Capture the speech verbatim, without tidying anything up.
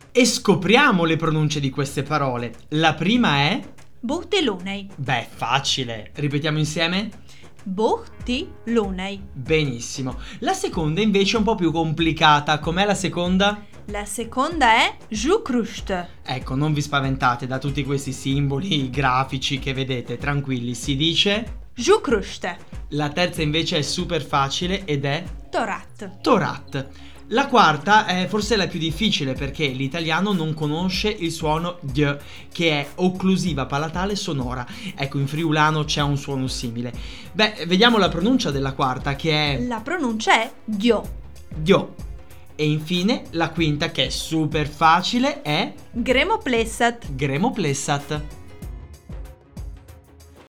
E scopriamo le pronunce di queste parole. La prima è... Bohtelonei. Beh, facile. Ripetiamo insieme? Bohtelonei. Benissimo. La seconda invece è un po' più complicata. Com'è la seconda? La seconda è Žukrust. Ecco, non vi spaventate da tutti questi simboli grafici che vedete, tranquilli, si dice... Žukrust. La terza invece è super facile ed è... Torat. Torat. La quarta è forse la più difficile perché l'italiano non conosce il suono D, che è occlusiva palatale sonora. Ecco, in friulano c'è un suono simile. Beh, vediamo la pronuncia della quarta, che è... La pronuncia è Dio. Dio. E infine la quinta, che è super facile, è... Gremoplessat. Gremoplessat.